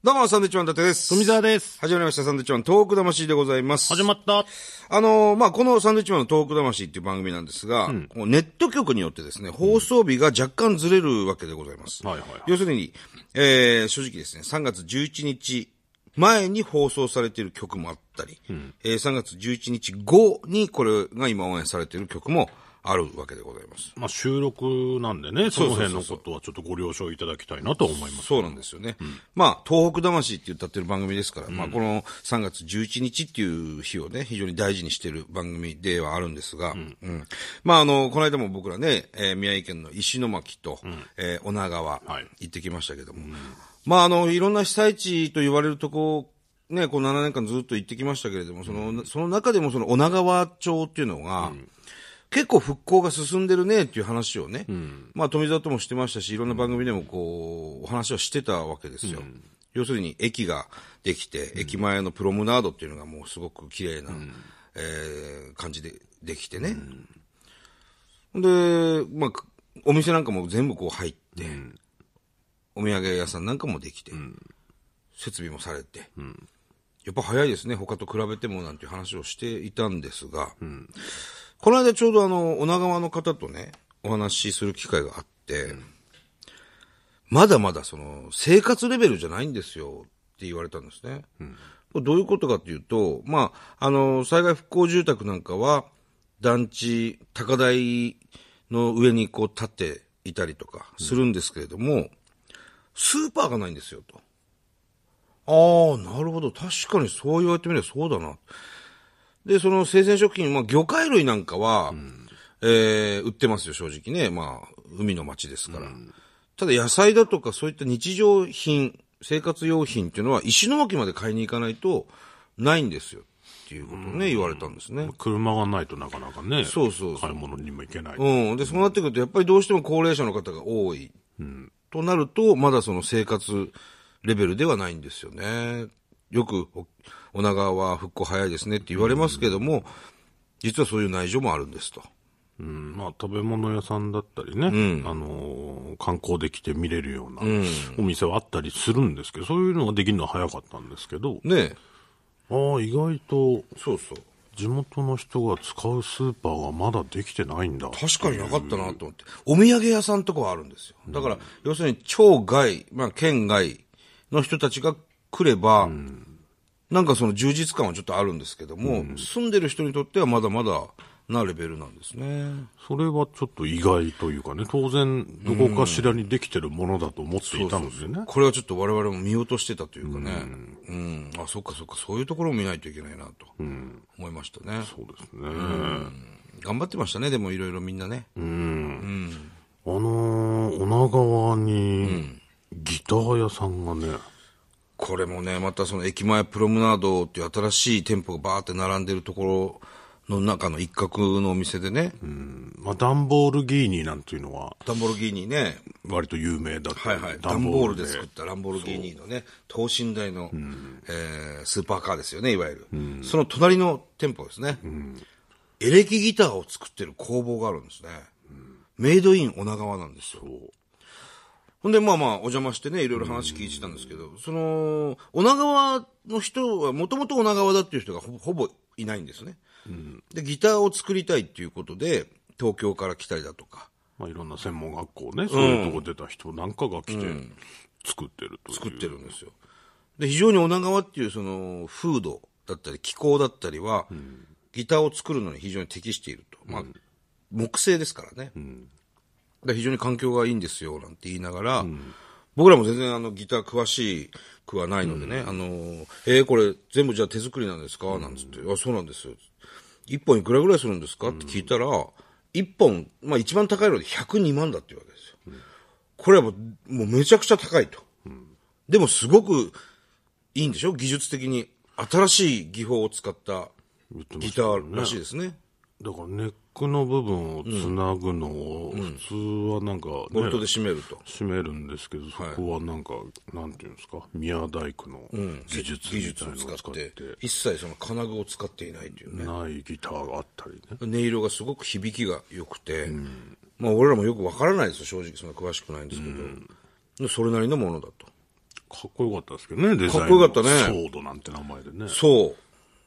どうも、サンドウィッチマン伊達です。 富澤です。 始まりました、サンドウィッチマントーク魂でございます。 始まった。 このサンドウィッチマンのトーク魂っていう番組なんですが、ネット局によってですね、放送日が若干ずれるわけでございます。要するに、正直ですね、3月11日前に放送されている曲もあったり、3月11日後にこれが今応援されている曲もあるわけでございます。 収録なんでね、その辺のことはちょっとご了承いただきたいなと思います。 そうなんですよね。東北魂って歌ってる番組ですから、この3月11日っていう日をね、非常に大事にしている番組ではあるんですが、この間も僕らね、宮城県の石巻と、女川、行ってきましたけども、いろんな被災地と言われるとこ、ね、この7年間ずっと行ってきましたけれども、その中でもその女川町っていうのが、結構復興が進んでるねっていう話をね、富澤ともしてましたし、いろんな番組でもお話をしてたわけですよ。要するに駅ができて、駅前のプロムナードっていうのがもうすごく綺麗な、感じでできてね。で、お店なんかも全部入って、お土産屋さんなんかもできて、設備もされて、やっぱ早いですね、他と比べてもなんていう話をしていたんですが、この間ちょうど女川の方とね、お話しする機会があって、まだまだ生活レベルじゃないんですよって言われたんですね。どういうことかというと、災害復興住宅なんかは、団地、高台の上に立っていたりとかするんですけれども、スーパーがないんですよと。ああ、なるほど。確かにそう言われてみればそうだな。で、生鮮食品、魚介類なんかは、売ってますよ、正直ね。海の町ですから。ただ野菜だとかそういった日常品、生活用品っていうのは石巻まで買いに行かないとないんですよ。っていうことをね、言われたんですね。 車がないとなかなかね。 そう。 買い物にも行けない。 で、そうなってくると、やっぱりどうしても高齢者の方が多い。となると、まだ生活レベルではないんですよね。よく、女川は復興早いですねって言われますけども、実はそういう内情もあるんですと。 食べ物屋さんだったりね、観光で来て見れるようなお店はあったりするんですけど、そういうのができるのは早かったんですけど、 ねえ。意外と、 そう。 地元の人が使うスーパーがまだできてないんだ。 確かになかったなと思って。お土産屋さんとかはあるんですよ。だから、要するに町外、県外の人たちが来れば、なんか充実感はちょっとあるんですけども、住んでる人にとってはまだまだなレベルなんですね。 それはちょっと意外というかね、当然どこかしらにできてるものだと思っていたのでね。 これはちょっと我々も見落としてたというかね。そっか、そういうところを見ないといけないなと思いましたね。 そうですね。 頑張ってましたね、でもいろいろみんなね。 女川にギター屋さんがね、 これもね、また駅前プロムナードっていう新しい店舗がバーって並んでるところの中の一角のお店でね。 ダンボールギーニなんていうのは。 ダンボールギーニね。 割と有名だった。 ダンボールで作ったランボルギーニのね、等身大の、スーパーカーですよね、いわゆる。その隣の店舗ですね。エレキギターを作ってる工房があるんですね。メイドイン女川なんですよ。ほんで、お邪魔してね、いろいろ話聞いてたんですけど、女川の人は、もともと女川だっていう人がほぼいないんですね。で、ギターを作りたいっていうことで、東京から来たりだとか。 いろんな専門学校ね、そういうとこ出た人なんかが来て、作ってるという。 作ってるんですよ。で、非常に女川っていう風土だったり、気候だったりは、ギターを作るのに非常に適していると。木製ですからね。非常に環境がいいんですよ、なんて言いながら、僕らも全然ギター詳しくはないのでね、これ全部じゃあ手作りなんですかなんつって、そうなんですよ。一本いくらぐらいするんですかって聞いたら、一本、一番高いので102万だっていうわけですよ。これはもうめちゃくちゃ高いと。でもすごくいいんでしょ、技術的に。新しい技法を使ったギターらしいですね。 だからネックの部分をつなぐのを普通はなんか、ね、 ボルトで締めると。 締めるんですけど、そこはなんか、なんていうんですか、宮大工の技術みたいなのを使って、 一切金具を使っていないというね。 ないギターがあったりね。 音色がすごく響きが良くて、俺らもよくわからないですよ、正直詳しくないんですけど、それなりのものだと。 かっこよかったですけどね、デザイン。 かっこよかったね。 ソードなんて名前でね。 そう。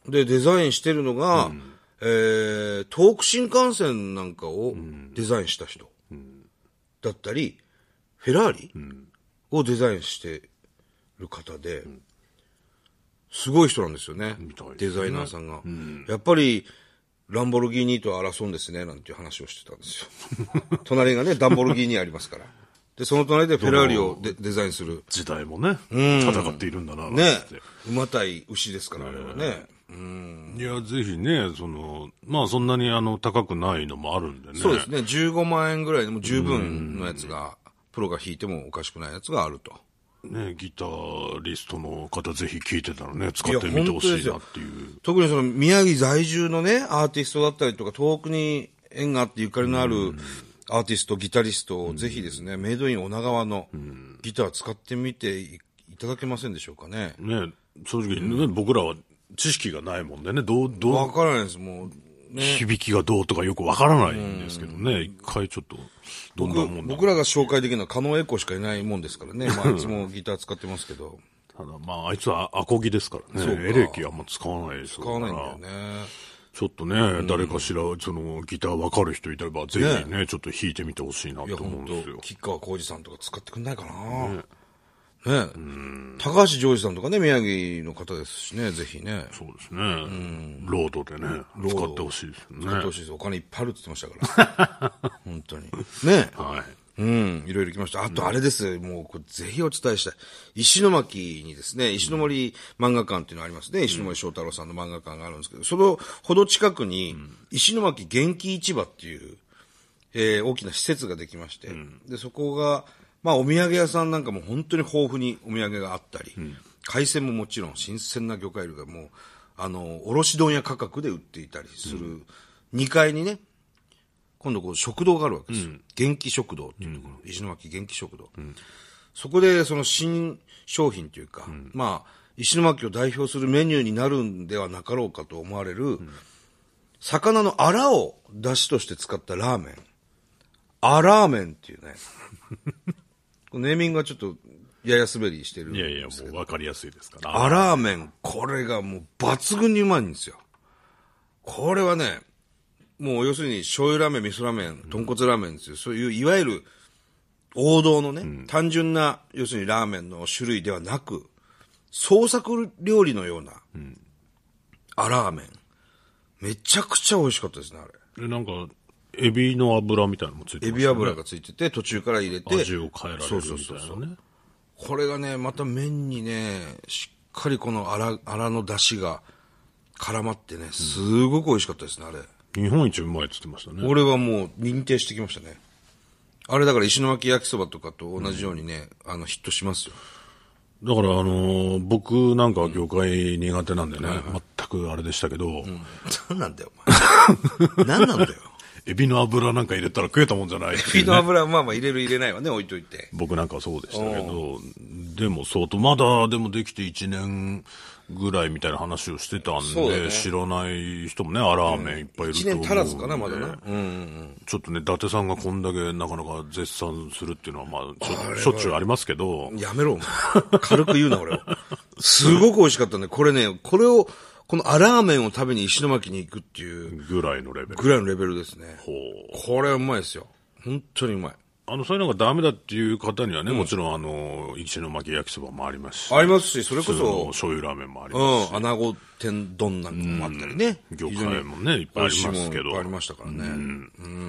で、デザインしてるのが、東北新幹線なんかをデザインした人だったり、フェラーリをデザインしてる方で、すごい人なんですよね。デザイナーさんが。やっぱり、ランボルギーニと争うんですね、なんていう話をしてたんですよ。隣がね、ダンボルギーニありますから。で、その隣でフェラーリをデザインする。 時代もね、戦っているんだな、 ね。馬対牛ですから、あれはね。 いや、ぜひね、まあそんなに高くないのもあるんでね。 そうですね。15万円ぐらいでも十分のやつが、プロが弾いてもおかしくないやつがあると。 ね、ギタリストの方ぜひ聴いてたらね、使ってみてほしいなっていう。 特に宮城在住のね、アーティストだったりとか、遠くに縁があってゆかりのあるアーティスト、ギタリストをぜひですね、メイドイン女川のギター使ってみていただけませんでしょうかね。 ね、正直、ね、僕らは知識がないもんでね、 わからないです、もう。ね、 響きがどうとかよくわからないんですけどね、一回ちょっと、どんなもんだ僕らが紹介できるのはカノエコしかいないもんですからね。まあ、いつもギター使ってますけど。 ただ、まあ、あいつはアコギですからね。エレキはあんま使わないですから。 使わないんだよね。 ちょっとね、誰かしら、ギターわかる人いたらば、ぜひね、ちょっと弾いてみてほしいなと思うんですよ。 吉川浩司さんとか使ってくんないかな。ね、高橋ジョージさんとかね、宮城の方ですしね、ぜひね。 そうですね。ロードでね、使ってほしいですよね。 使ってほしいです。お金いっぱいあるって言ってましたから。本当に。ね。 はい。 いろいろ来ました。あとあれです。もうこれぜひお伝えしたい。石巻にですね、石ノ森漫画館っていうのがありますね。石ノ森章太郎さんの漫画館があるんですけど、そのほど近くに、石巻元気市場っていう、大きな施設ができまして、で、そこが、まあお土産屋さんなんかも本当に豊富にお土産があったり、海鮮ももちろん新鮮な魚介類がもう、卸問屋価格で売っていたりする、2階にね、今度こう食堂があるわけですよ。元気食堂っていうところ、石巻元気食堂。そこでその新商品というか、まあ、石巻を代表するメニューになるんではなかろうかと思われる、魚のアラを出汁として使ったラーメン。アラーメンっていうね。ネーミングはちょっとやや滑りしてるんですけど。 いやいや、もう分かりやすいですから。 アラーメン、これがもう抜群にうまいんですよ。これはね、もう要するに醤油ラーメン、味噌ラーメン、豚骨ラーメンですよ。そういういわゆる王道のね、単純な要するにラーメンの種類ではなく、創作料理のような、アラーメン。めちゃくちゃ美味しかったですね、あれ。 なんか、エビの油みたいなのもついてますね。 エビ油がついてて、途中から入れて。 味を変えられるみたいなね。そうこれがね、また麺にね、しっかりこのアラの出汁が絡まってね、すごく美味しかったですね、あれ。 日本一うまいって言ってましたね。 俺はもう認定してきましたね。あれだから石巻焼きそばとかと同じようにね、ヒットしますよ。 だから僕なんかは業界苦手なんでね、全くあれでしたけど。 何なんだよ、お前。何なんだよ。 エビの油なんか入れたら食えたもんじゃない、ね。 エビの油はまあまあ入れる入れないわね、置いといて。 僕なんかはそうでしたけど、でも相当、まだでもできて1年ぐらいみたいな話をしてたんで、知らない人もね、アラーメンいっぱいいると思う。 1年足らずかな、まだな。 ちょっとね、伊達さんがこんだけなかなか絶賛するっていうのは、まあ、しょっちゅうありますけど。 やめろ、お前。軽く言うな、俺を。すごく美味しかったね。これね、このアラーメンを食べに石巻に行くっていう。 ぐらいのレベル。 ぐらいのレベルですね。これはうまいですよ。本当にうまい。 そういうのがダメだっていう方にはね、もちろん石巻焼きそばもありますし。 ありますし、それこそ。 醤油ラーメンもありますし。 穴子天丼なんかもあったりね。 魚介もね、いっぱいありますけど。いっぱいありましたからね。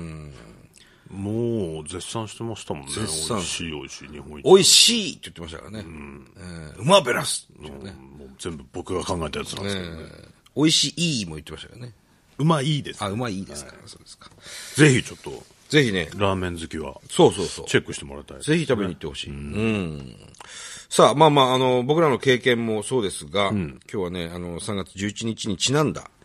もう絶賛してましたもんね。美味しい美味しい日本一。 美味しいって言ってましたからね。うまべらすっていうね。 もう全部僕が考えたやつなんですけどね。 美味しいも言ってましたからね。 うまいです。 うまいですから、そうですか。 ぜひちょっと。 ぜひね。 ラーメン好きは。 そう。 チェックしてもらいたい。 ぜひ食べに行ってほしい。さあ、まあまあ、僕らの経験もそうですが、今日はね、3月11日にちなんだ、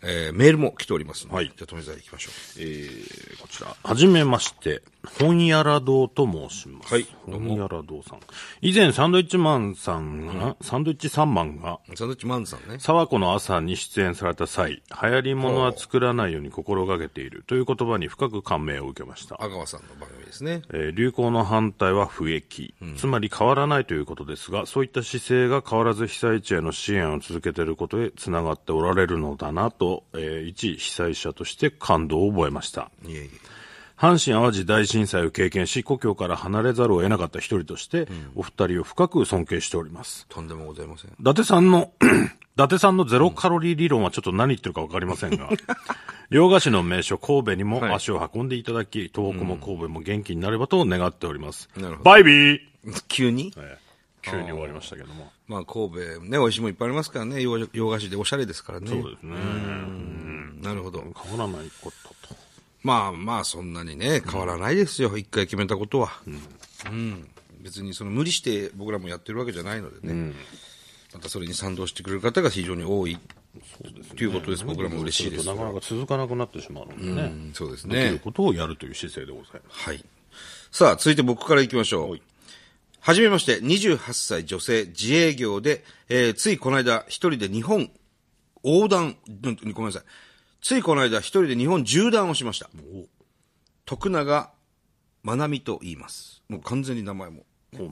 メールも来ておりますので、 はい。 じゃあ、富澤行きましょこちら、はじめまして、本やら堂と申します。 はい。 本やら堂さん。以前、サンドイッチマンさんが、サンドイッチ3マンが、 う。サンドイッチマンさんね。 沢子の朝に出演された際、流行り物は作らないように心がけているという言葉に深く感銘を受けました。 阿川さんの番組ですね。 流行の反対は不易、つまり変わらないということですが、そういった姿勢が変わらず被災地への支援を続けていることへつながっておられるのだなと、一被災者として感動を覚えました。 いえいえ。 阪神淡路大震災を経験し、故郷から離れざるを得なかった一人として、お二人を深く尊敬しております。 とんでもございません。 伊達さんのゼロカロリー理論はちょっと何言ってるか分かりませんが、洋菓子の名所神戸にも足を運んでいただき、東北も神戸も元気になればと願っております。 なるほど。 バイビー急に、 急に終わりましたけども。 まあ、神戸ね、美味しいもんいっぱいありますからね、洋菓子でおしゃれですからね。 そうですね。 なるほど。 変わらないことと。 まあまあ、そんなにね、変わらないですよ、一回決めたことは。別にその無理して僕らもやってるわけじゃないのでね。またそれに賛同してくれる方が非常に多い。そうですね。ということです。僕らも嬉しいです。 なかなか続かなくなってしまうのでね。 そうですね。 できることをやるという姿勢でございます。 はい。さあ、続いて僕から行きましょう。はじめまして、28歳女性、自営業で、ついこの間一人で日本横断、ごめんなさい。ついこの間一人で日本縦断をしました。徳永まなみと言います。もう完全に名前も。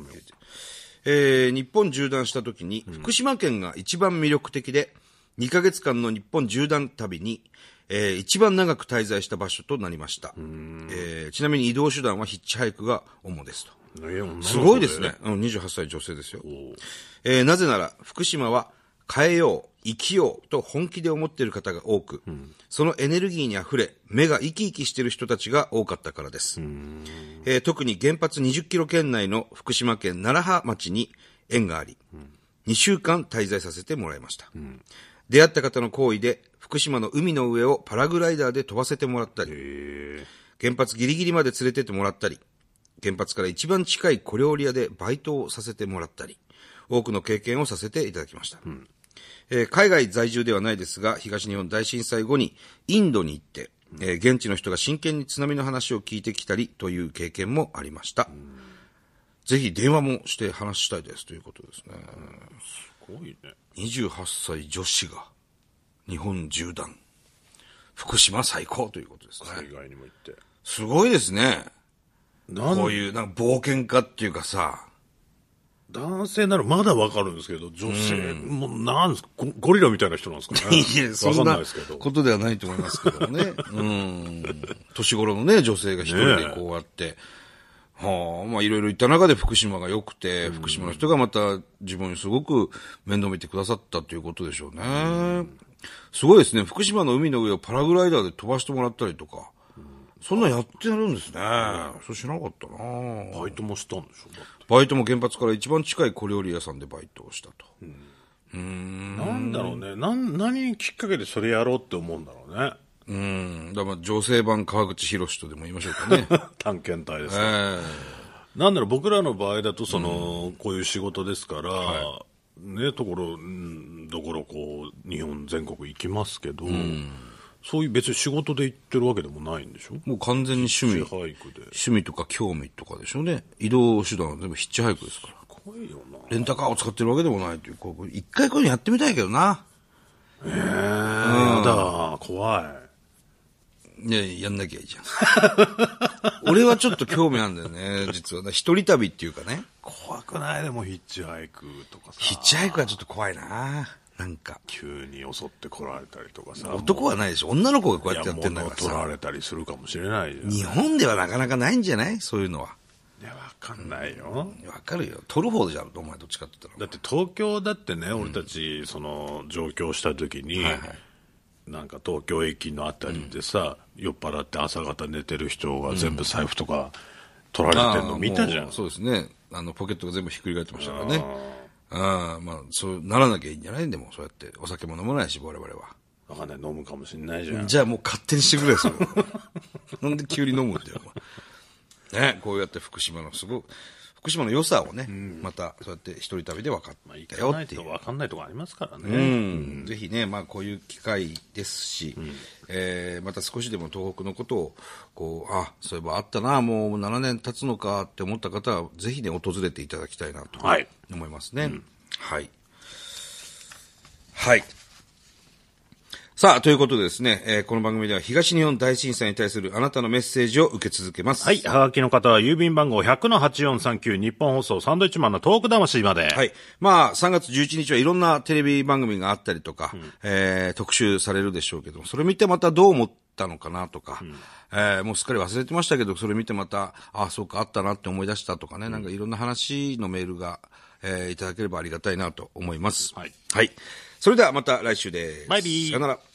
日本縦断した時に、福島県が一番魅力的で、2ヶ月間の日本縦断旅に、一番長く滞在した場所となりました。ちなみに移動手段はヒッチハイクが主ですと。すごいですね。28歳女性ですよ。なぜなら、福島は変えよう、生きようと本気で思っている方が多く、そのエネルギーにあふれ、目が生き生きしている人たちが多かったからです。特に原発20キロ圏内の福島県楢葉町に縁があり、2週間滞在させてもらいました。出会った方の行為で、福島の海の上をパラグライダーで飛ばせてもらったり、原発ギリギリまで連れてってもらったり、原発から一番近い小料理屋でバイトをさせてもらったり、多くの経験をさせていただきました。海外在住ではないですが、東日本大震災後にインドに行って、現地の人が真剣に津波の話を聞いてきたりという経験もありました。ぜひ電話もして話したいですということですね。 すごいね。 28歳女子が日本縦断。福島最高ということですね。 海外にも行って。 すごいですね。こういうなんか冒険家っていうかさ、 男性ならまだわかるんですけど、女性もなんですか、ゴリラみたいな人なんですかね。 いや、そんなことではないと思いますけどね。年頃のね、女性が一人でこうやって、まあいろいろ言った中で福島が良くて、福島の人がまた自分にすごく面倒見てくださったということでしょうね。すごいですね。福島の海の上をパラグライダーで飛ばしてもらったりとか。そんなやってるんですね。そう知らなかったな。 バイトもしたんでしょ。だってバイトも原発から一番近い小料理屋さんでバイトをしたと。 なんだろうね。何きっかけでそれやろうって思うんだろうね。 だから女性版川口博士とでも言いましょうかね。 探検隊ですね。なんだろう、僕らの場合だとこういう仕事ですから、ね、ところこう日本全国行きますけど、そういう別に仕事で行ってるわけでもないんでしょ。 もう完全に趣味とか興味とかでしょうね。移動手段は全部ヒッチハイクですから。 怖いよな。 レンタカーを使ってるわけでもないという。一回こういうのやってみたいけどな。 やだ、怖い。やんなきゃいいじゃん。俺はちょっと興味あるんだよね、実は。一人旅っていうかね。 怖くないでもヒッチハイクとかさ。 ヒッチハイクはちょっと怖いな。なんか。 急に襲って来られたりとかさ。 男はないでしょ。女の子がこうやってやってんだからさ。 取られたりするかもしれないじゃん。 日本ではなかなかないんじゃないそういうのは。 いや、わかんないよ。 わかるよ。取る方じゃん、お前どっちかって言ったら。 だって東京だってね、俺たち、上京した時に、なんか東京駅のあたりでさ、酔っ払って朝方寝てる人が全部財布とか取られてんの見たじゃん。 そうですね。ポケットが全部ひっくり返ってましたからね。まあ、そうならなきゃいいんじゃないでも、そうやって。お酒も飲まないし、我々は。 わかんない、飲むかもしんないじゃん。 じゃあもう勝手にしてくれよ、それ。なんで急に飲むんだよ、お前。ね、こうやって福島の福島の良さをね、またそうやって一人旅で分かったよっていう。 分かんないとこありますからね。 ぜひね、まあこういう機会ですし、また少しでも東北のことを、こう、そういえばあったな、もう7年経つのかって思った方は、ぜひね、訪れていただきたいなと思いますね。はい。はい。さあ、ということでですね、この番組では東日本大震災に対するあなたのメッセージを受け続けます。 はい。はがきの方は郵便番号 100-8439 日本放送サンドイッチマンのトーク魂まで。 はい。まあ、3月11日はいろんなテレビ番組があったりとか、特集されるでしょうけども、それ見てまたどう思ったのかなとか、もうすっかり忘れてましたけど、それ見てまた、そうか、あったなって思い出したとかね、なんかいろんな話のメールが、いただければありがたいなと思います。はい。はい。それではまた来週です。 バイビー。 さよなら。